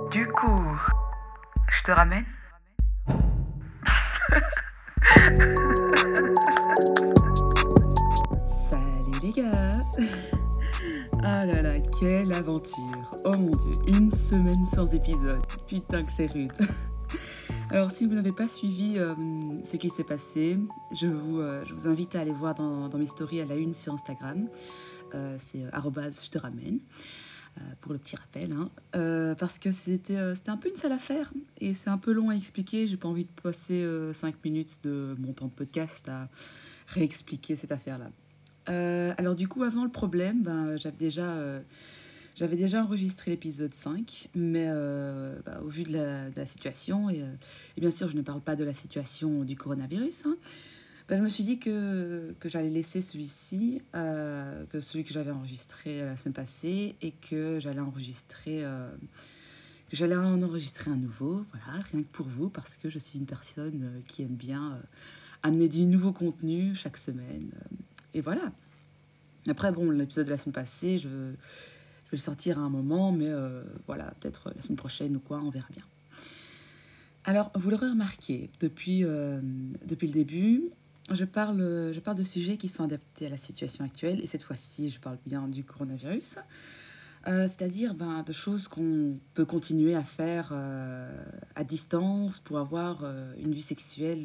Du coup, je te ramène. Salut les gars. Ah là là, quelle aventure. Oh mon dieu, une semaine sans épisode. Putain que c'est rude. Alors si vous n'avez pas suivi ce qui s'est passé, je vous invite à aller voir dans mes stories à la une sur Instagram. C'est @je te ramène. Pour le petit rappel, hein. Parce que c'était un peu une sale affaire et c'est un peu long à expliquer. J'ai pas envie de passer 5 minutes de mon temps de podcast à réexpliquer cette affaire-là. Alors du coup, avant le problème, j'avais déjà enregistré l'épisode 5, mais au vu de la situation, et bien sûr je ne parle pas de la situation du coronavirus, hein, je me suis dit que j'allais laisser celui-ci, que celui que j'avais enregistré la semaine passée, et que j'allais en enregistrer un nouveau, voilà, rien que pour vous, parce que je suis une personne qui aime bien amener du nouveau contenu chaque semaine. Et voilà. Après, bon, l'épisode de la semaine passée, je vais le sortir à un moment, mais voilà, peut-être la semaine prochaine ou quoi, on verra bien. Alors, vous l'aurez remarqué, depuis le début, je parle de sujets qui sont adaptés à la situation actuelle, et cette fois-ci, je parle bien du coronavirus. C'est-à-dire de choses qu'on peut continuer à faire à distance pour avoir une vie sexuelle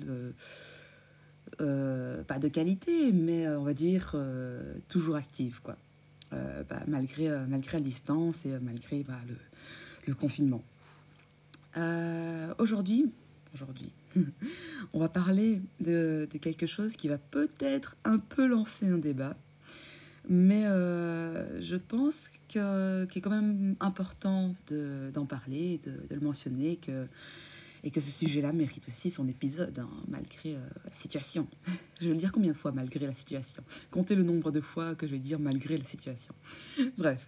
pas de qualité, mais on va dire toujours active, quoi. Malgré la distance et malgré le confinement. Aujourd'hui, on va parler de quelque chose qui va peut-être un peu lancer un débat, mais je pense qu'il est quand même important d'en parler, de le mentionner, et que ce sujet-là mérite aussi son épisode, hein, malgré la situation. Je vais le dire combien de fois, malgré la situation. Comptez le nombre de fois que je vais dire malgré la situation. Bref.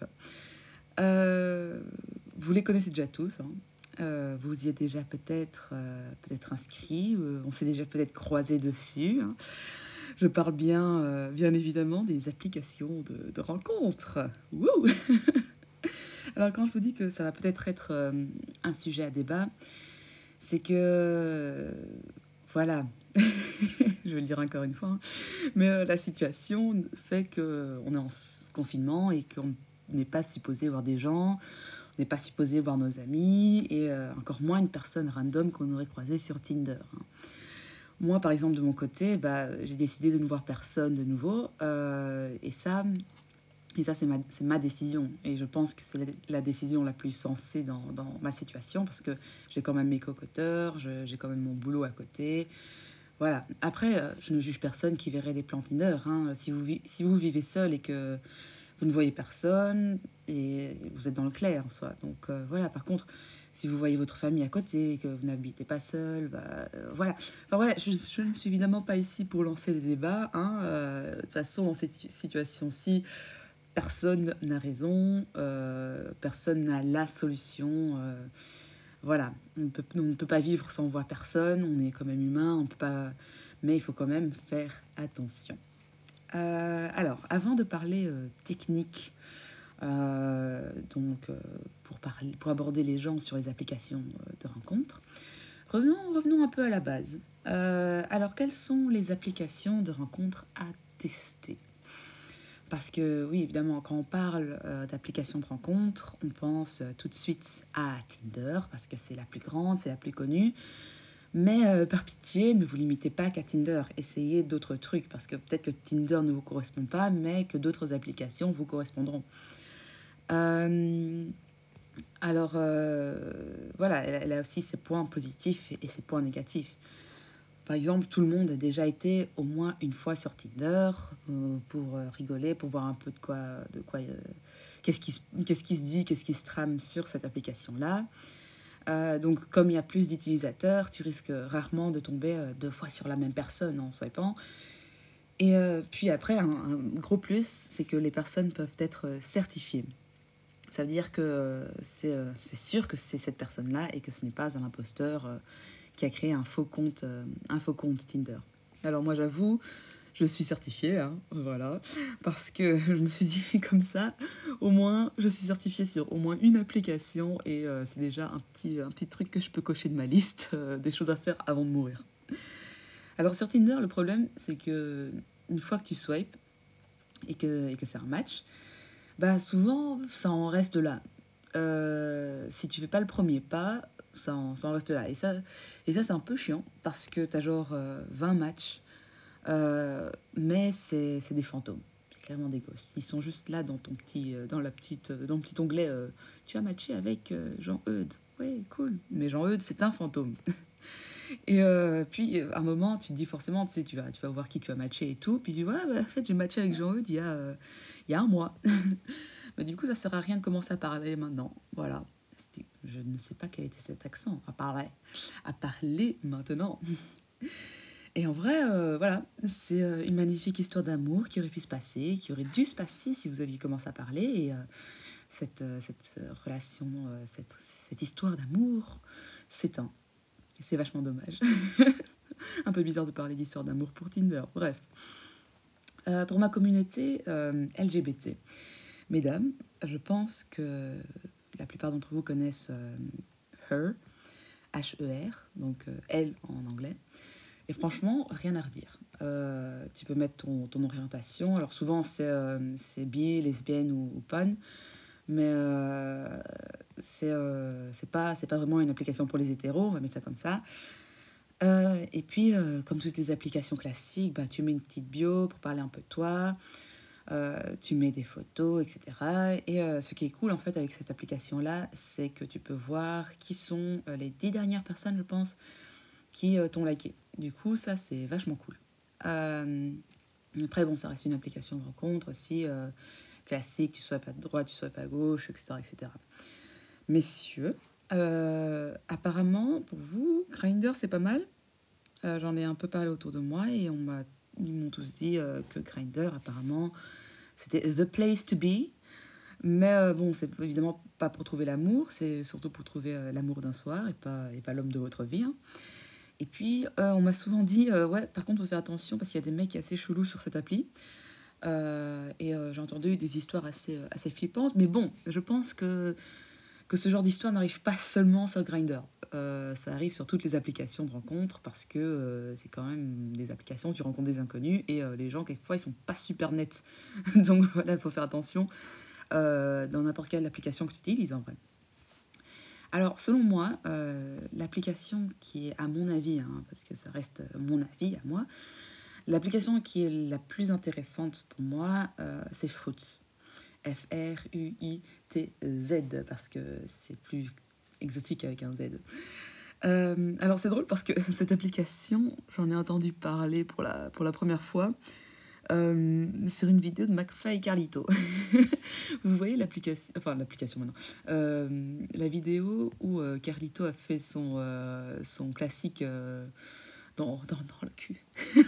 Vous les connaissez déjà tous, hein. Vous y êtes déjà peut-être inscrit, on s'est déjà peut-être croisé dessus, hein. Je parle bien évidemment des applications de rencontres. Wouh. Alors quand je vous dis que ça va peut-être être un sujet à débat, c'est que voilà, je vais le dire encore une fois, hein, mais la situation fait qu'on est en confinement et qu'on n'est pas supposé voir des gens, on n'est pas supposé voir nos amis, et encore moins une personne random qu'on aurait croisée sur Tinder, hein. Moi, par exemple, de mon côté, j'ai décidé de ne voir personne de nouveau, et ça c'est ma décision. Et je pense que c'est la décision la plus sensée dans ma situation, parce que j'ai quand même mes cocoteurs, j'ai quand même mon boulot à côté. Voilà. Après, je ne juge personne qui verrait des plans Tinder, hein. Si vous vivez seul et que vous ne voyez personne, et vous êtes dans le clair en soi. Donc voilà. Par contre, si vous voyez votre famille à côté et que vous n'habitez pas seul, voilà. Enfin voilà, je ne suis évidemment pas ici pour lancer des débats, hein. De toute façon, dans cette situation-ci, personne n'a raison, personne n'a la solution. Voilà, on ne peut pas vivre sans voir personne, on est quand même humain, on peut pas, mais il faut quand même faire attention. Alors, avant de parler technique, pour aborder les gens sur les applications de rencontres, revenons un peu à la base. Alors, quelles sont les applications de rencontres à tester ? Parce que oui, évidemment, quand on parle d'applications de rencontres, on pense tout de suite à Tinder, parce que c'est la plus grande, c'est la plus connue. Mais par pitié, ne vous limitez pas qu'à Tinder. Essayez d'autres trucs, parce que peut-être que Tinder ne vous correspond pas, mais que d'autres applications vous correspondront. Voilà, elle a aussi ses points positifs et ses points négatifs. Par exemple, tout le monde a déjà été au moins une fois sur Tinder pour rigoler, pour voir un peu qu'est-ce qui se dit, qu'est-ce qui se trame sur cette application-là. Donc, comme il y a plus d'utilisateurs, tu risques rarement de tomber 2 fois sur la même personne en swipant. Et puis après, un gros plus, c'est que les personnes peuvent être certifiées. Ça veut dire que c'est sûr que c'est cette personne-là et que ce n'est pas un imposteur qui a créé un faux compte Tinder. Alors moi, j'avoue, je suis certifiée, hein, voilà, parce que je me suis dit comme ça, au moins, je suis certifiée sur au moins une application et c'est déjà un petit truc que je peux cocher de ma liste des choses à faire avant de mourir. Alors sur Tinder, le problème, c'est que une fois que tu swipes et que c'est un match, bah souvent, ça en reste là. Si tu fais pas le premier pas, ça en reste là. Et ça c'est un peu chiant parce que t'as genre 20 matchs, mais c'est des fantômes. C'est clairement des ghosts. Ils sont juste là dans ton petit, dans le petit onglet. Tu as matché avec Jean-Eudes. Ouais, cool. Mais Jean-Eudes, c'est un fantôme. Et puis, à un moment, tu te dis forcément, tu sais, tu vas voir qui tu as matché et tout. Puis tu dis, ouais, bah, en fait, j'ai matché avec Jean-Eudes il y a un mois. Mais du coup, ça sert à rien de commencer à parler maintenant. Voilà. Je ne sais pas quel était cet accent. À parler maintenant. Et en vrai, voilà, c'est une magnifique histoire d'amour qui aurait pu se passer, qui aurait dû se passer si vous aviez commencé à parler. Et cette relation, cette histoire d'amour s'éteint. Et c'est vachement dommage. Un peu bizarre de parler d'histoire d'amour pour Tinder. Bref. Pour ma communauté LGBT, mesdames, je pense que la plupart d'entre vous connaissent Her, H-E-R, donc elle en anglais. Et franchement, rien à redire. Tu peux mettre ton orientation. Alors souvent, c'est bi, lesbienne ou pan. Mais c'est pas vraiment une application pour les hétéros, on va mettre ça comme ça. Et puis, comme toutes les applications classiques, bah, tu mets une petite bio pour parler un peu de toi. Tu mets des photos, etc. Et ce qui est cool en fait avec cette application-là, c'est que tu peux voir qui sont les 10 dernières personnes, je pense, qui t'ont liké. Du coup, ça, c'est vachement cool. Après, bon, ça reste une application de rencontre aussi, classique, tu sois pas de droite, tu sois pas à gauche, etc. etc. Messieurs, apparemment, pour vous, Grindr, c'est pas mal. J'en ai un peu parlé autour de moi et ils m'ont tous dit que Grindr, apparemment, c'était the place to be. Mais bon, c'est évidemment pas pour trouver l'amour, c'est surtout pour trouver l'amour d'un soir et pas l'homme de votre vie. Hein. Et puis, on m'a souvent dit, ouais, par contre, faut faire attention parce qu'il y a des mecs assez chelous sur cette appli. J'ai entendu des histoires assez flippantes. Mais bon, je pense que ce genre d'histoire n'arrive pas seulement sur Grindr. Ça arrive sur toutes les applications de rencontres parce que c'est quand même des applications où tu rencontres des inconnus et les gens, quelquefois, ils sont pas super nets. Donc voilà, il faut faire attention dans n'importe quelle application que tu utilises en vrai. Alors, selon moi, l'application qui est, à mon avis, hein, parce que ça reste mon avis à moi, l'application qui est la plus intéressante pour moi, c'est Fruits. F-R-U-I-T-Z, parce que c'est plus exotique avec un Z. Alors, c'est drôle parce que cette application, j'en ai entendu parler pour la première fois sur une vidéo de McFly et Carlito. Vous voyez l'application, enfin l'application maintenant, la vidéo où Carlito a fait son classique dans le cul.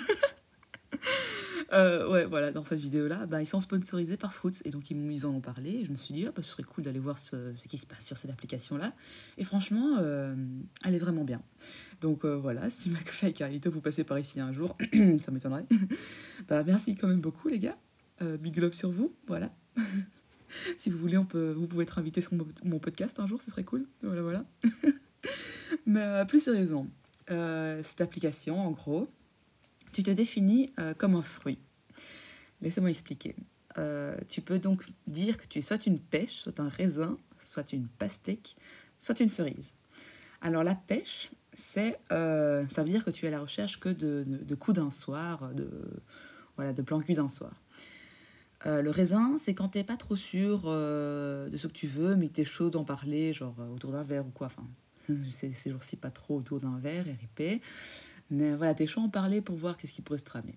Ouais, voilà, dans cette vidéo-là, bah, ils sont sponsorisés par Fruits. Et donc, ils en ont parlé. Et je me suis dit, bah, ce serait cool d'aller voir ce qui se passe sur cette application-là. Et franchement, elle est vraiment bien. Donc, voilà, si McFly et Carlito, vous passez par ici un jour, ça m'étonnerait. Bah, merci quand même beaucoup, les gars. Big love sur vous, voilà. Si vous voulez, vous pouvez être invité sur mon podcast un jour, ce serait cool. Voilà, voilà. Mais plus sérieusement, cette application, en gros, tu te définis comme un fruit. Laissez-moi expliquer. Tu peux donc dire que tu es soit une pêche, soit un raisin, soit une pastèque, soit une cerise. Alors la pêche, ça veut dire que tu es à la recherche que de coups d'un soir, de plan cul d'un soir. Le raisin, c'est quand t'es pas trop sûr de ce que tu veux, mais que t'es chaud d'en parler, genre autour d'un verre ou quoi. Enfin, ces jours-ci pas trop autour d'un verre, RIP. Mais voilà, t'es chaud d'en parler pour voir qu'est-ce qui pourrait se tramer.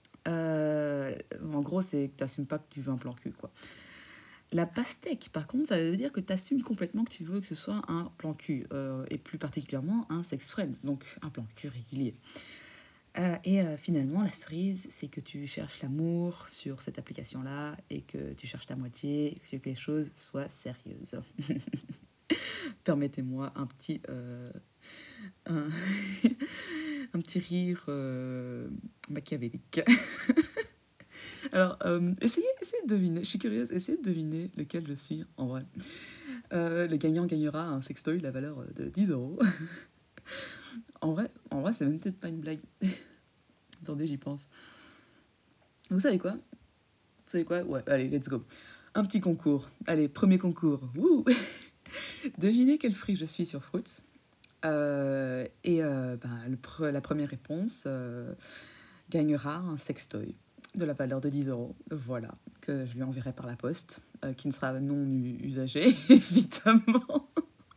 En gros, c'est que t'assumes pas que tu veux un plan cul, quoi. La pastèque, par contre, ça veut dire que t'assumes complètement que tu veux que ce soit un plan cul, et plus particulièrement un sex friend, donc un plan cul régulier. Finalement, la cerise, c'est que tu cherches l'amour sur cette application-là et que tu cherches ta moitié et que tu veux que les choses soient sérieuses. Permettez-moi un petit un petit rire machiavélique. Alors, essayez de deviner, je suis curieuse, essayez de deviner lequel je suis en vrai. Le gagnant gagnera un sextoy, la valeur de 10 euros. En vrai, c'est même peut-être pas une blague. Attendez, j'y pense. Vous savez quoi? Ouais, allez, let's go. Un petit concours. Allez, premier concours. Wouh. Devinez quel fruit je suis sur Fruits. La première réponse gagnera un sextoy de la valeur de 10 euros. Voilà, que je lui enverrai par la poste, qui ne sera non usagé, évidemment.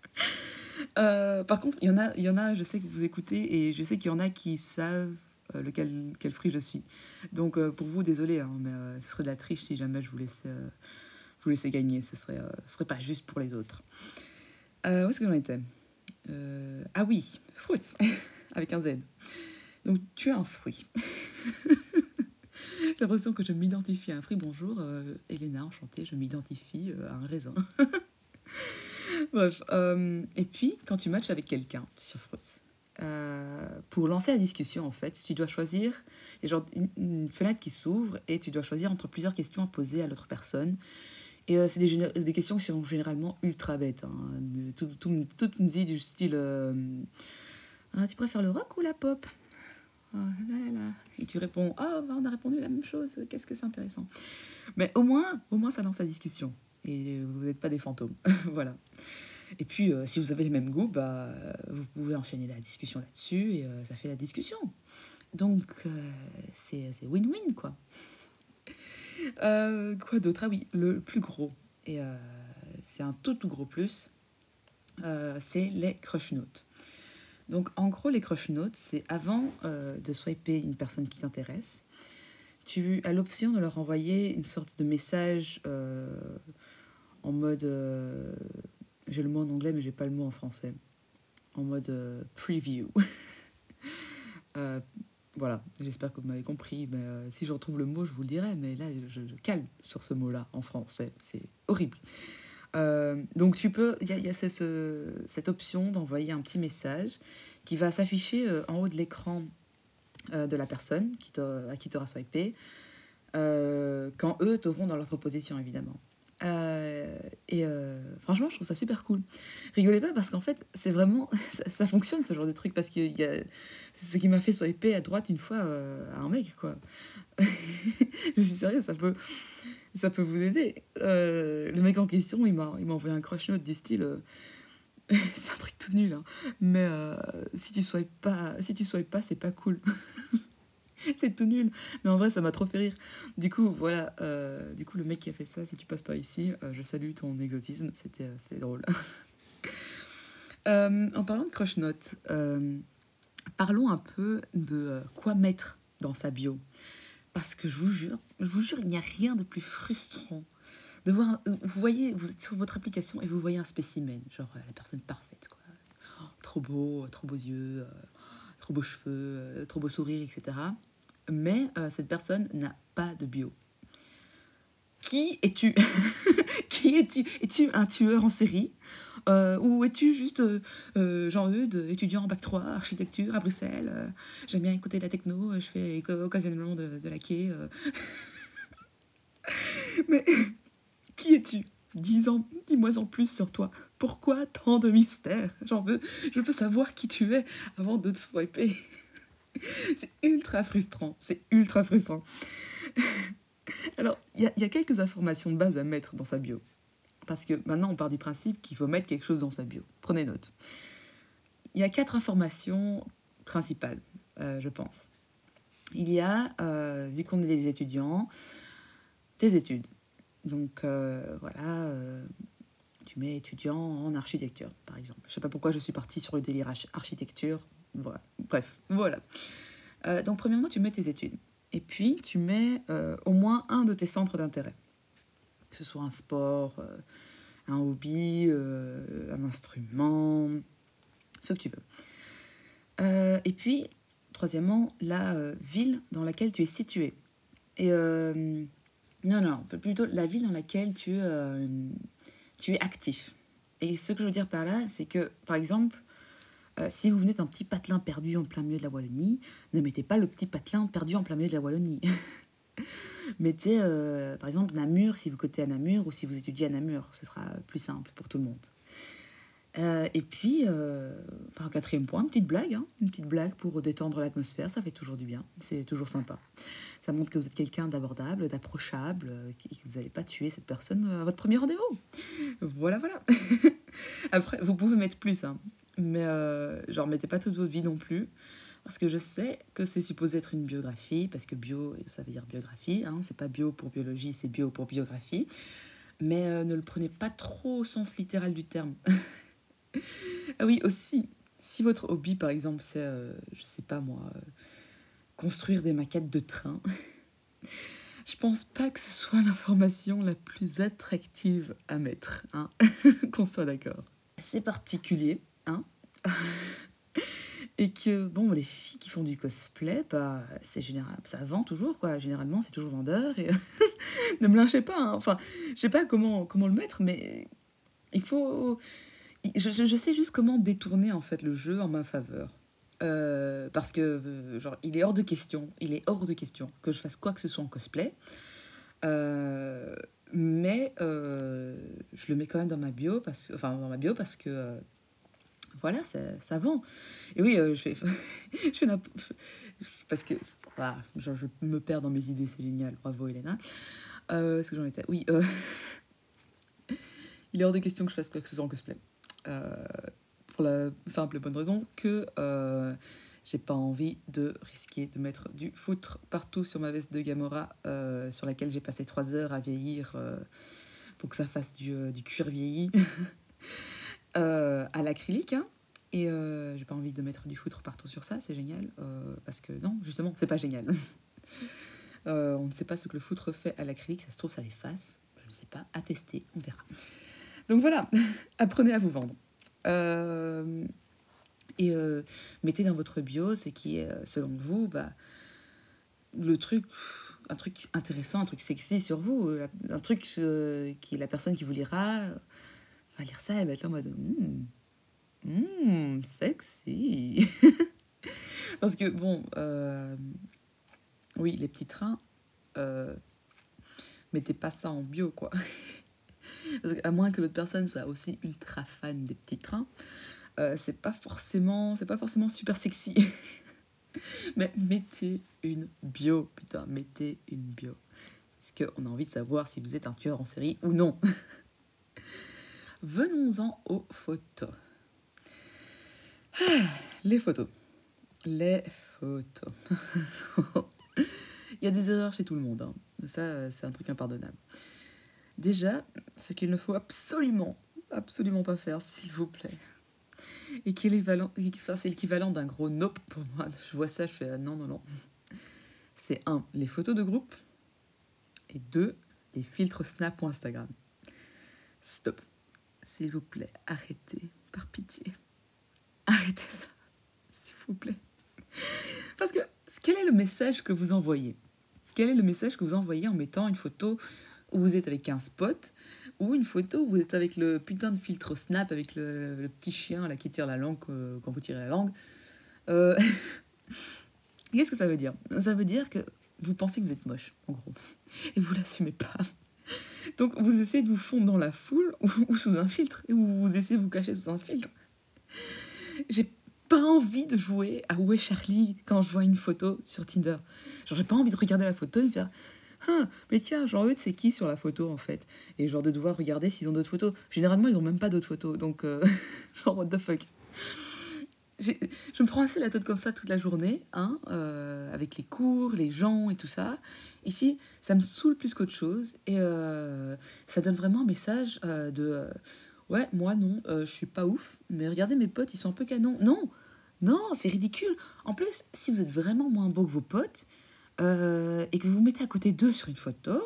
Par contre, il y en a, je sais que vous écoutez, et je sais qu'il y en a qui savent quel fruit je suis. Donc, pour vous, désolé, hein, mais ce serait de la triche si jamais je vous laissais gagner. Ce serait pas juste pour les autres. Où est-ce que j'en étais Ah oui, fruits, avec un Z. Donc, tu es un fruit. J'ai l'impression que je m'identifie à un fruit. Bonjour, Elena, enchantée, je m'identifie à un raisin. Bref, et puis, quand tu matches avec quelqu'un sur Fruits, pour lancer la discussion, en fait, tu dois choisir, il y a genre une fenêtre qui s'ouvre et tu dois choisir entre plusieurs questions à poser à l'autre personne. Et c'est des questions qui sont généralement ultra bêtes. Hein. Toute musique du style tu préfères le rock ou la pop? Oh, là, là, là. Et tu réponds on a répondu la même chose, qu'est-ce que c'est intéressant. Mais au moins, ça lance la discussion. Et vous n'êtes pas des fantômes. Voilà. Et puis, si vous avez les mêmes goûts, vous pouvez enchaîner la discussion là-dessus et ça fait la discussion. Donc, c'est win-win, quoi. Quoi d'autre? Ah oui, le plus gros. Et c'est un tout gros plus. C'est les crush notes. Donc, en gros, les crush notes, c'est avant de swiper une personne qui t'intéresse, tu as l'option de leur envoyer une sorte de message en mode... j'ai le mot en anglais, mais j'ai pas le mot en français. En mode preview. Voilà, j'espère que vous m'avez compris. Mais si je retrouve le mot, je vous le dirai. Mais là, je cale sur ce mot-là en français. C'est horrible. Donc tu peux, il y a cette option d'envoyer un petit message qui va s'afficher en haut de l'écran de la personne à qui tu auras swipé quand eux t'auront dans leur proposition, évidemment. Franchement, je trouve ça super cool. Rigolez pas parce qu'en fait, c'est vraiment ça fonctionne ce genre de truc parce que c'est ce qui m'a fait swiper à droite une fois à un mec, quoi. Je suis sérieuse, ça peut vous aider. Le mec en question, il m'a envoyé un crush note du style c'est un truc tout nul, hein. Mais si tu swipes pas, c'est pas cool. C'est tout nul. Mais en vrai, ça m'a trop fait rire. Du coup, voilà. Du coup, le mec qui a fait ça, si tu passes par ici, je salue ton exotisme. C'est drôle. En parlant de crush note, parlons un peu de quoi mettre dans sa bio. Parce que je vous jure, il n'y a rien de plus frustrant de voir. Vous êtes sur votre application et vous voyez un spécimen, genre la personne parfaite, quoi. Oh, trop beaux yeux, trop beaux cheveux, trop beau sourire, etc. Mais cette personne n'a pas de bio. Qui es-tu? Qui es-tu? Es-tu un tueur en série ou es-tu juste Jean-Eudes, étudiant en bac 3, architecture à Bruxelles j'aime bien écouter de la techno, je fais occasionnellement de la quai. Mais qui es-tu? Dis-moi en plus sur toi. Pourquoi tant de mystères? Je veux savoir qui tu es avant de te swiper. C'est ultra frustrant. Alors, il y a quelques informations de base à mettre dans sa bio. Parce que maintenant, on part du principe qu'il faut mettre quelque chose dans sa bio. Prenez note. Il y a 4 informations principales, je pense. Il y a, vu qu'on est des étudiants, tes études. Donc, voilà, tu mets étudiant en architecture, par exemple. Je sais pas pourquoi je suis partie sur le délire architecture. Voilà. Bref, voilà. Donc, premièrement, tu mets tes études. Et puis, tu mets au moins un de tes centres d'intérêt. Que ce soit un sport, un hobby, un instrument, ce que tu veux. Et puis, troisièmement, la ville dans laquelle tu es situé. Et non, plutôt la ville dans laquelle tu es actif. Et ce que je veux dire par là, c'est que, par exemple, si vous venez d'un petit patelin perdu en plein milieu de la Wallonie, ne mettez pas le petit patelin perdu en plein milieu de la Wallonie. Mettez, par exemple, Namur, si vous cotez à Namur, ou si vous étudiez à Namur. Ce sera plus simple pour tout le monde. Et puis, par quatrième point, une petite blague. Hein, une petite blague pour détendre l'atmosphère. Ça fait toujours du bien. C'est toujours sympa. Ça montre que vous êtes quelqu'un d'abordable, d'approchable, et que vous n'allez pas tuer cette personne à votre premier rendez-vous. Voilà, voilà. Après, vous pouvez mettre plus, hein, mais genre, mettez pas toute votre vie non plus. Parce que je sais que c'est supposé être une biographie, parce que bio, ça veut dire biographie. Hein, c'est pas bio pour biologie, c'est bio pour biographie. Mais ne le prenez pas trop au sens littéral du terme. Ah oui, aussi, si votre hobby, par exemple, c'est, je sais pas moi, construire des maquettes de train, je pense pas que ce soit l'information la plus attractive à mettre, hein. Qu'on soit d'accord. C'est particulier, hein. Et que, bon, les filles qui font du cosplay, bah, c'est général, ça vend toujours, quoi. Généralement, c'est toujours vendeur. Et ne me lynchez pas, hein. Enfin, je sais pas comment le mettre, mais il faut... Je sais juste comment détourner, en fait, le jeu en ma faveur. Parce que, genre, il est hors de question que je fasse quoi que ce soit en cosplay. Euh, mais je le mets quand même dans ma bio, parce que voilà, ça vend. Et oui, je fais, je fais parce que voilà, genre, je me perds dans mes idées, c'est génial, bravo Elena. Est-ce que j'en étais? Oui, il est hors de question que je fasse quoi que ce soit en cosplay. Euh, pour la simple et bonne raison que j'ai pas envie de risquer de mettre du foutre partout sur ma veste de Gamora, sur laquelle j'ai passé 3 heures à vieillir pour que ça fasse du cuir vieilli à l'acrylique. Hein. Et j'ai pas envie de mettre du foutre partout sur ça, c'est génial. Parce que non, justement, c'est pas génial. On ne sait pas ce que le foutre fait à l'acrylique, ça se trouve, ça l'efface. Je ne sais pas, à tester, on verra. Donc voilà, apprenez à vous vendre. Et mettez dans votre bio ce qui est, selon vous, bah, un truc intéressant, un truc sexy sur vous, un truc qui la personne qui vous lira va lire ça et va être là en mode sexy. Parce que bon, oui, les petits trains, mettez pas ça en bio, quoi. Parce qu'à moins que l'autre personne soit aussi ultra fan des petits trains, c'est pas forcément super sexy. Mais mettez une bio, putain, mettez une bio. Parce qu'on a envie de savoir si vous êtes un tueur en série ou non. Venons-en aux photos. Les photos. Les photos. Il y a des erreurs chez tout le monde. Hein. Ça, c'est un truc impardonnable. Déjà, ce qu'il ne faut absolument pas faire, s'il vous plaît, et qui est c'est l'équivalent d'un gros nope pour moi. Je vois ça, je fais non. C'est 1, les photos de groupe, et 2, les filtres Snap ou Instagram. Stop. S'il vous plaît, arrêtez, par pitié. Arrêtez ça, s'il vous plaît. Parce que, quel est le message que vous envoyez ? Quel est le message que vous envoyez en mettant une photo où vous êtes avec un spot, ou une photo où vous êtes avec le putain de filtre Snap, avec le petit chien là, qui tire la langue quand vous tirez la langue. Qu'est-ce que ça veut dire ? Ça veut dire que vous pensez que vous êtes moche, en gros, et vous l'assumez pas. Donc vous essayez de vous fondre dans la foule ou sous un filtre, ou vous essayez de vous cacher sous un filtre. J'ai pas envie de jouer à Où est Charlie quand je vois une photo sur Tinder. Genre j'ai pas envie de regarder la photo et me faire mais tiens, Jean-Eudes, c'est qui sur la photo en fait ? Et genre de devoir regarder s'ils ont d'autres photos. Généralement, ils ont même pas d'autres photos, donc genre what the fuck. Je me prends assez la tête comme ça toute la journée, hein, avec les cours, les gens et tout ça. Ici, ça me saoule plus qu'autre chose et ça donne vraiment un message ouais, moi non, je suis pas ouf, mais regardez mes potes, ils sont un peu canons. Non, c'est ridicule. En plus, si vous êtes vraiment moins beau que vos potes, et que vous vous mettez à côté d'eux sur une photo,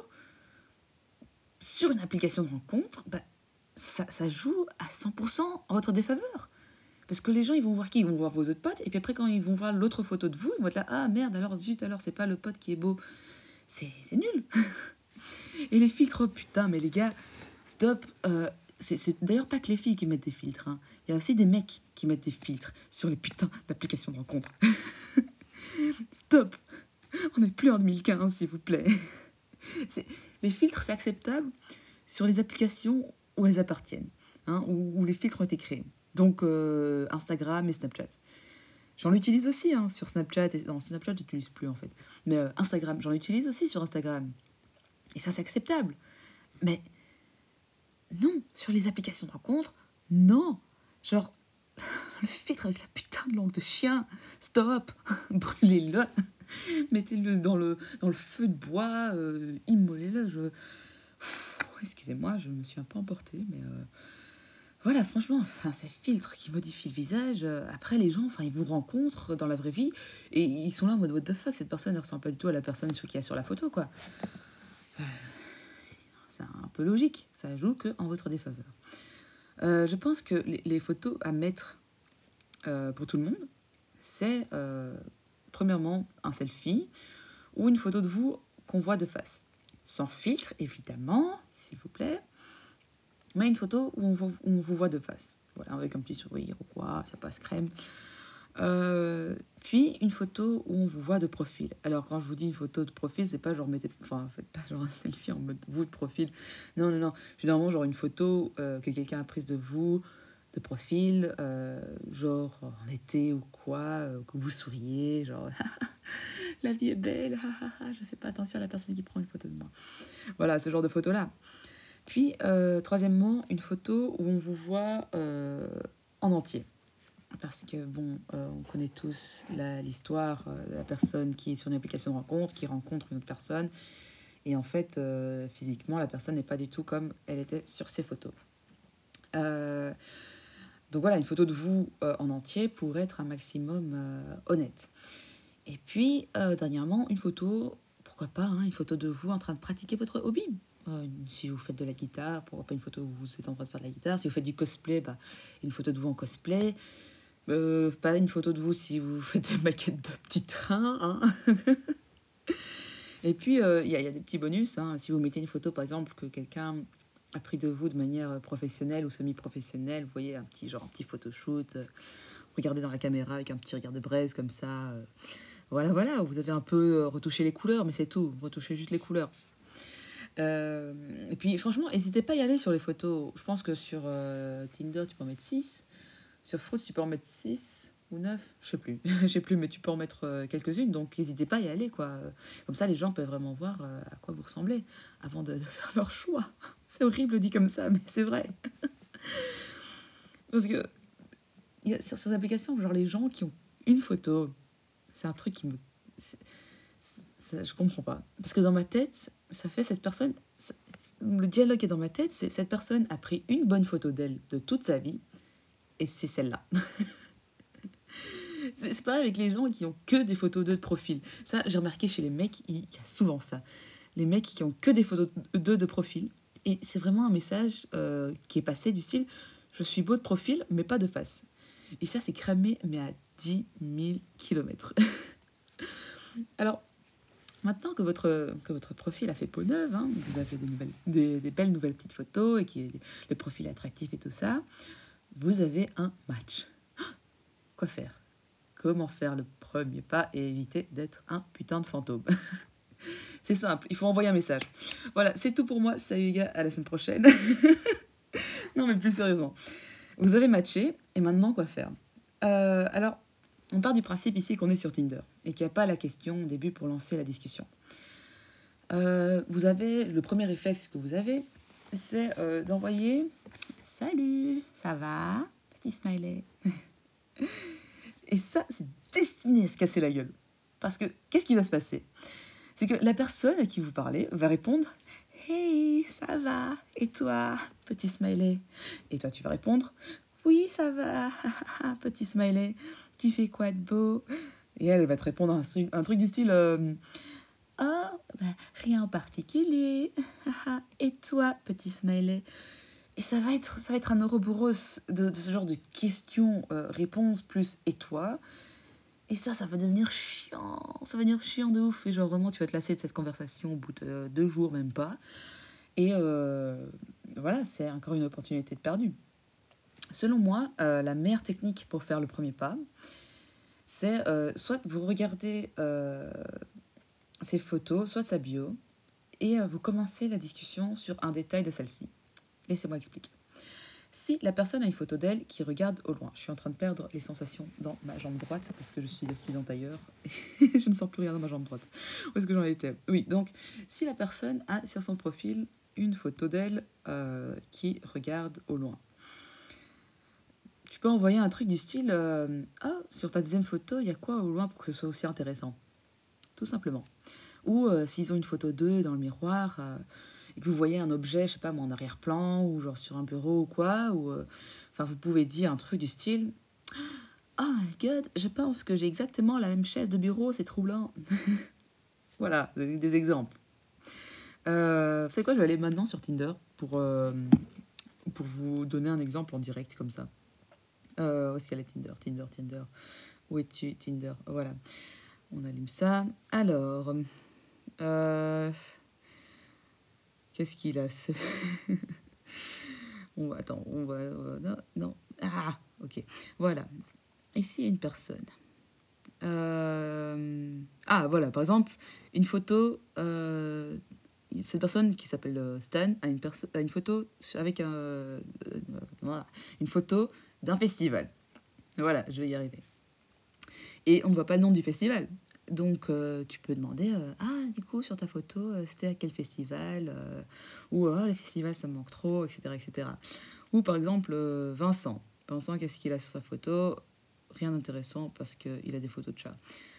sur une application de rencontre, bah, ça joue à 100% en votre défaveur. Parce que les gens, ils vont voir qui ? Ils vont voir vos autres potes, et puis après, quand ils vont voir l'autre photo de vous, ils vont être là, ah merde, alors zut, alors c'est pas le pote qui est beau. C'est nul. Et les filtres, oh, putain, mais les gars, stop. C'est d'ailleurs pas que les filles qui mettent des filtres. Hein. Il y a aussi des mecs qui mettent des filtres sur les putains d'applications de rencontre. Stop. On n'est plus en 2015, s'il vous plaît. Les filtres, c'est acceptable sur les applications où elles appartiennent, hein, où les filtres ont été créés. Donc Instagram et Snapchat. J'en utilise aussi hein, sur Snapchat. Non, Snapchat, j'utilise plus en fait. Mais Instagram, j'en utilise aussi sur Instagram. Et ça, c'est acceptable. Mais non, sur les applications de rencontres, non. Genre, le filtre avec la putain de langue de chien, stop, brûlez-le. Mettez-le dans le feu de bois, immolez-le. Excusez-moi, je me suis un peu emportée, mais voilà, franchement, enfin, ces filtres qui modifient le visage, après les gens, enfin, ils vous rencontrent dans la vraie vie et ils sont là en mode what the fuck, cette personne ne ressemble pas du tout à la personne qui est sur la photo, quoi. C'est un peu logique, ça joue que en votre défaveur. Je pense que les photos à mettre pour tout le monde, c'est premièrement un selfie ou une photo de vous qu'on voit de face. Sans filtre, évidemment, s'il vous plaît. Mais une photo où on vous voit de face. Voilà, avec un petit sourire ou quoi, ça passe crème. Puis une photo où on vous voit de profil. Alors quand je vous dis une photo de profil, c'est pas genre faites pas genre un selfie en mode vous de profil. Non. Généralement genre une photo que quelqu'un a prise de vous de profil, genre en été ou quoi, que vous souriez, genre la vie est belle, je fais pas attention à la personne qui prend une photo de moi. Voilà, ce genre de photo là. Puis troisièmement, une photo où on vous voit en entier. Parce que, bon, on connaît tous l'histoire de la personne qui est sur une application de rencontre, qui rencontre une autre personne. Et en fait, physiquement, la personne n'est pas du tout comme elle était sur ses photos. Donc voilà, une photo de vous en entier pour être un maximum honnête. Et puis, dernièrement, une photo, pourquoi pas, hein, une photo de vous en train de pratiquer votre hobby. Si vous faites de la guitare, pourquoi pas une photo où vous êtes en train de faire de la guitare. Si vous faites du cosplay, une photo de vous en cosplay. Pas une photo de vous si vous faites des maquettes de petits trains. Hein. Et puis, il y a des petits bonus. Hein. Si vous mettez une photo, par exemple, que quelqu'un a pris de vous de manière professionnelle ou semi-professionnelle, vous voyez, un petit photoshoot, regardez dans la caméra avec un petit regard de braise comme ça. Voilà, vous avez un peu retouché les couleurs, mais c'est tout. Retouchez juste les couleurs. Et puis, franchement, n'hésitez pas à y aller sur les photos. Je pense que sur Tinder, tu peux en mettre 6. Sur Fruits, tu peux en mettre 6 ou 9, je sais plus, mais tu peux en mettre quelques-unes, donc n'hésitez pas à y aller, quoi. Comme ça, les gens peuvent vraiment voir à quoi vous ressemblez avant de faire leur choix. C'est horrible dit comme ça, mais c'est vrai. Parce que sur ces applications, genre les gens qui ont une photo, c'est un truc qui me... je comprends pas. Parce que dans ma tête, ça fait cette personne... le dialogue qui est dans ma tête, c'est cette personne a pris une bonne photo d'elle de toute sa vie, et c'est celle-là. C'est pareil avec les gens qui ont que des photos d'eux de profil. Ça, j'ai remarqué chez les mecs, il y a souvent ça. Les mecs qui ont que des photos d'eux de profil. Et c'est vraiment un message qui est passé du style « Je suis beau de profil, mais pas de face ». Et ça, c'est cramé, mais à 10 000 kilomètres. Alors, maintenant que votre profil a fait peau neuve, hein, vous avez des belles nouvelles petites photos et que le profil est attractif et tout ça, vous avez un match. Quoi faire ? Comment faire le premier pas et éviter d'être un putain de fantôme. C'est simple, il faut envoyer un message. Voilà, c'est tout pour moi. Salut les gars, à la semaine prochaine. Non, mais plus sérieusement. Vous avez matché, et maintenant, quoi faire ? Alors, on part du principe ici qu'on est sur Tinder et qu'il n'y a pas la question au début pour lancer la discussion. Vous avez, le premier réflexe que vous avez, c'est d'envoyer « Salut, ça va ?» Petit smiley. Et ça, c'est destiné à se casser la gueule. Parce que, qu'est-ce qui va se passer ? C'est que la personne à qui vous parlez va répondre « Hey, ça va ? Et toi ? Petit smiley. » Et toi, tu vas répondre « Oui, ça va. Petit smiley. Tu fais quoi de beau ?» Et elle va te répondre un truc du style « Oh, rien en particulier. Et toi, petit smiley ?» Et ça va être un ouroboros de ce genre de questions-réponses plus « et toi ?» Et ça va devenir chiant. Ça va devenir chiant de ouf. Et genre vraiment, tu vas te lasser de cette conversation au bout de 2 jours, même pas. Et voilà, c'est encore une opportunité de perdue. Selon moi, la meilleure technique pour faire le premier pas, c'est soit vous regardez ses photos, soit de sa bio, et vous commencez la discussion sur un détail de celle-ci. Laissez-moi expliquer. Si la personne a une photo d'elle qui regarde au loin, je suis en train de perdre les sensations dans ma jambe droite parce que je suis assise en tailleur et je ne sens plus rien dans ma jambe droite. Où est-ce que j'en étais? Oui, donc si la personne a sur son profil une photo d'elle qui regarde au loin, tu peux envoyer un truc du style ah, sur ta deuxième photo, il y a quoi au loin pour que ce soit aussi intéressant? Tout simplement. Ou s'ils ont une photo d'eux dans le miroir et que vous voyez un objet, je sais pas moi, en arrière-plan ou genre sur un bureau ou quoi, ou enfin vous pouvez dire un truc du style oh my god, je pense que j'ai exactement la même chaise de bureau, c'est troublant. Voilà, des exemples. Vous savez quoi, je vais aller maintenant sur Tinder pour vous donner un exemple en direct comme ça. Où est-ce qu'elle est Tinder. Où es-tu Tinder? Voilà, on allume ça. Alors, qu'est-ce qu'il a Attends, non, non. Ah, ok. Voilà. Ici, il y a une personne. Ah, voilà, par exemple, une photo. Cette personne qui s'appelle Stan a une photo avec voilà, une photo d'un festival. Voilà, je vais y arriver. Et on ne voit pas le nom du festival. Donc, tu peux demander ah, du coup, sur ta photo, c'était à quel festival ou les festivals, ça me manque trop, etc. etc. Ou par exemple, Vincent. Vincent, qu'est-ce qu'il a sur sa photo? Rien d'intéressant parce qu'il a des photos de chats.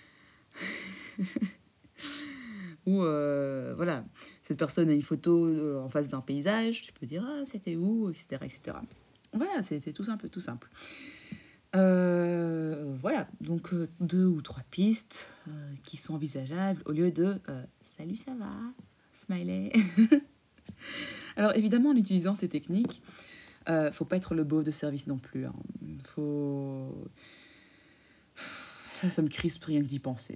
Ou voilà, cette personne a une photo en face d'un paysage, tu peux dire ah, c'était où, etc. etc. Voilà, c'est tout simple, tout simple. Voilà, donc 2 ou 3 pistes qui sont envisageables au lieu de salut, ça va, smiley. Alors évidemment, en utilisant ces techniques, faut pas être le beauf de service non plus. Hein. Faut... Ça me crispe rien que d'y penser.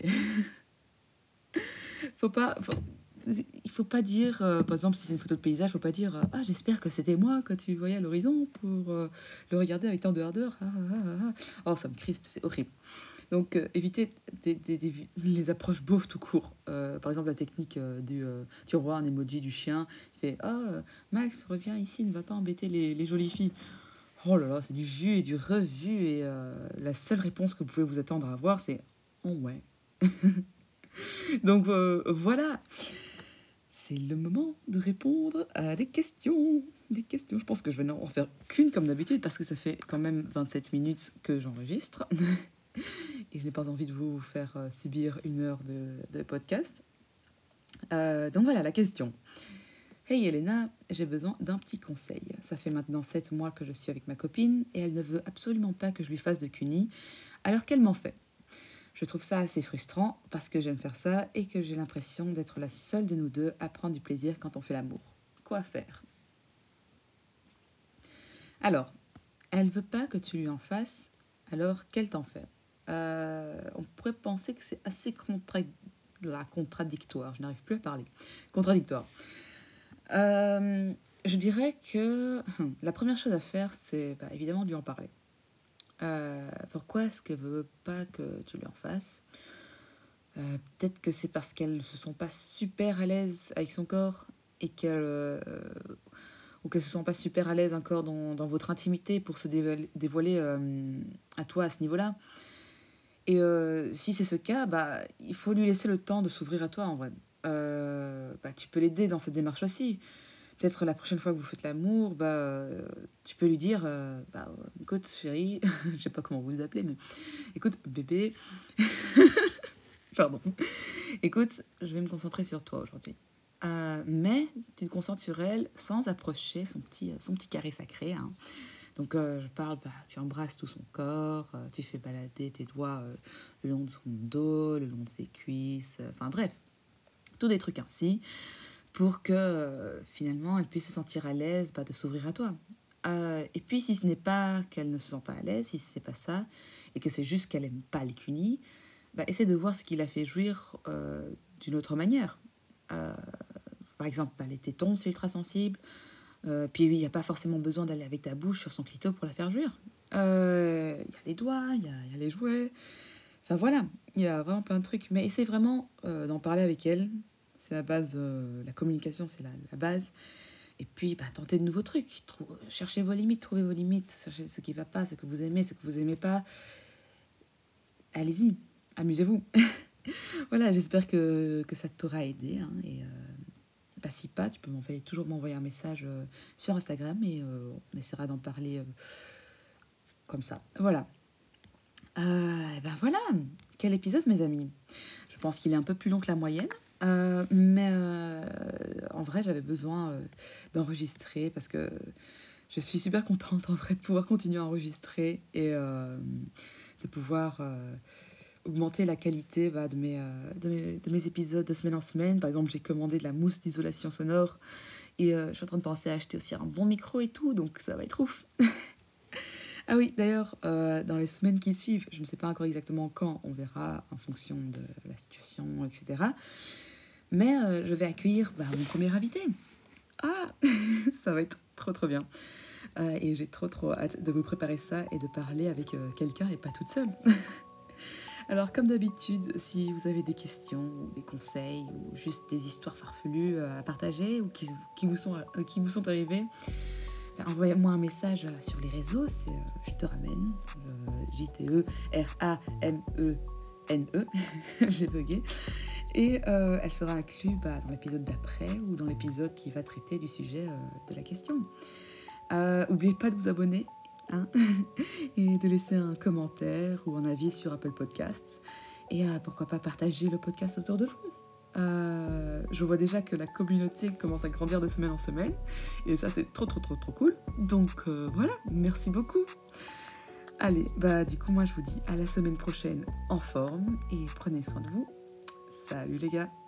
Il faut pas dire, par exemple, si c'est une photo de paysage, faut pas dire ah, j'espère que c'était moi quand tu voyais à l'horizon pour le regarder avec tant de ardeur. Ah, ah, ah, ah. Oh, ça me crispe, c'est horrible. Donc, évitez les approches beaufs tout court. Par exemple, la technique tu envoies un emoji du chien, tu fais ah, Max, reviens ici, ne va pas embêter les jolies filles. Oh là là, c'est du vu et du revu, et la seule réponse que vous pouvez vous attendre à avoir, c'est oh ouais. Donc, voilà. C'est le moment de répondre à des questions. Des questions. Je pense que je vais n'en faire qu'une comme d'habitude parce que ça fait quand même 27 minutes que j'enregistre. Et je n'ai pas envie de vous faire subir 1 heure de podcast. Donc voilà la question. Hey Elena, j'ai besoin d'un petit conseil. Ça fait maintenant 7 mois que je suis avec ma copine et elle ne veut absolument pas que je lui fasse de cuni alors qu'elle m'en fait. Je trouve ça assez frustrant parce que j'aime faire ça et que j'ai l'impression d'être la seule de nous deux à prendre du plaisir quand on fait l'amour. Quoi faire? Alors, elle veut pas que tu lui en fasses, alors qu'elle t'en fait. On pourrait penser que c'est assez contradictoire. Je n'arrive plus à parler. Contradictoire. Je dirais que la première chose à faire, c'est évidemment de lui en parler. Pourquoi est-ce qu'elle veut pas que tu lui en fasses? Peut-être que c'est parce qu'elle ne se sent pas super à l'aise avec son corps et ou qu'elle se sent pas super à l'aise encore dans votre intimité pour se dévoiler à toi à ce niveau-là. Et si c'est ce cas, il faut lui laisser le temps de s'ouvrir à toi en vrai. Tu peux l'aider dans cette démarche aussi. Peut-être la prochaine fois que vous faites l'amour, tu peux lui dire écoute chérie, je sais pas comment vous vous appelez, mais écoute bébé, pardon, écoute, je vais me concentrer sur toi aujourd'hui. Mais tu te concentres sur elle sans approcher son petit carré sacré. Hein. Donc je parle, tu embrasses tout son corps, tu fais balader tes doigts le long de son dos, le long de ses cuisses, enfin bref, tous des trucs ainsi pour que finalement elle puisse se sentir à l'aise de s'ouvrir à toi. Et puis si ce n'est pas qu'elle ne se sent pas à l'aise, si c'est pas ça, et que c'est juste qu'elle aime pas les cunis, essaie de voir ce qui la fait jouir d'une autre manière. Par exemple, les tétons, c'est ultra sensible. Puis oui, il n'y a pas forcément besoin d'aller avec ta bouche sur son clito pour la faire jouir. Il y a les doigts, il y a les jouets. Enfin voilà, il y a vraiment plein de trucs. Mais essaie vraiment d'en parler avec elle. C'est la base, la communication, c'est la base. Et puis, tentez de nouveaux trucs. Cherchez vos limites, trouvez vos limites. Cherchez ce qui ne va pas, ce que vous aimez, ce que vous n'aimez pas. Allez-y, amusez-vous. Voilà, j'espère que ça t'aura aidé. Hein, et si pas, tu peux toujours m'envoyer un message sur Instagram et on essaiera d'en parler comme ça. Voilà. Voilà, quel épisode, mes amis. Je pense qu'il est un peu plus long que la moyenne. Mais en vrai, j'avais besoin d'enregistrer parce que je suis super contente en vrai de pouvoir continuer à enregistrer et de pouvoir augmenter la qualité de mes épisodes de semaine en semaine. Par exemple, j'ai commandé de la mousse d'isolation sonore et je suis en train de penser à acheter aussi un bon micro et tout, donc ça va être ouf. Ah oui, d'ailleurs, dans les semaines qui suivent, je ne sais pas encore exactement quand, on verra en fonction de la situation, etc. Mais je vais accueillir mon premier invité. Ah, ça va être trop bien. Et j'ai trop hâte de vous préparer ça et de parler avec quelqu'un et pas toute seule. Alors, comme d'habitude, si vous avez des questions ou des conseils ou juste des histoires farfelues à partager ou qui vous sont arrivées, envoyez-moi un message sur les réseaux, c'est Je te ramène, JTERAMENE, j'ai bugué. Et elle sera inclue dans l'épisode d'après ou dans l'épisode qui va traiter du sujet de la question. N'oubliez pas de vous abonner et de laisser un commentaire ou un avis sur Apple Podcasts. Et pourquoi pas partager le podcast autour de vous. Je vois déjà que la communauté commence à grandir de semaine en semaine. Et ça, c'est trop cool. Donc voilà, merci beaucoup. Allez, du coup, moi, je vous dis à la semaine prochaine en forme. Et prenez soin de vous. Salut les gars.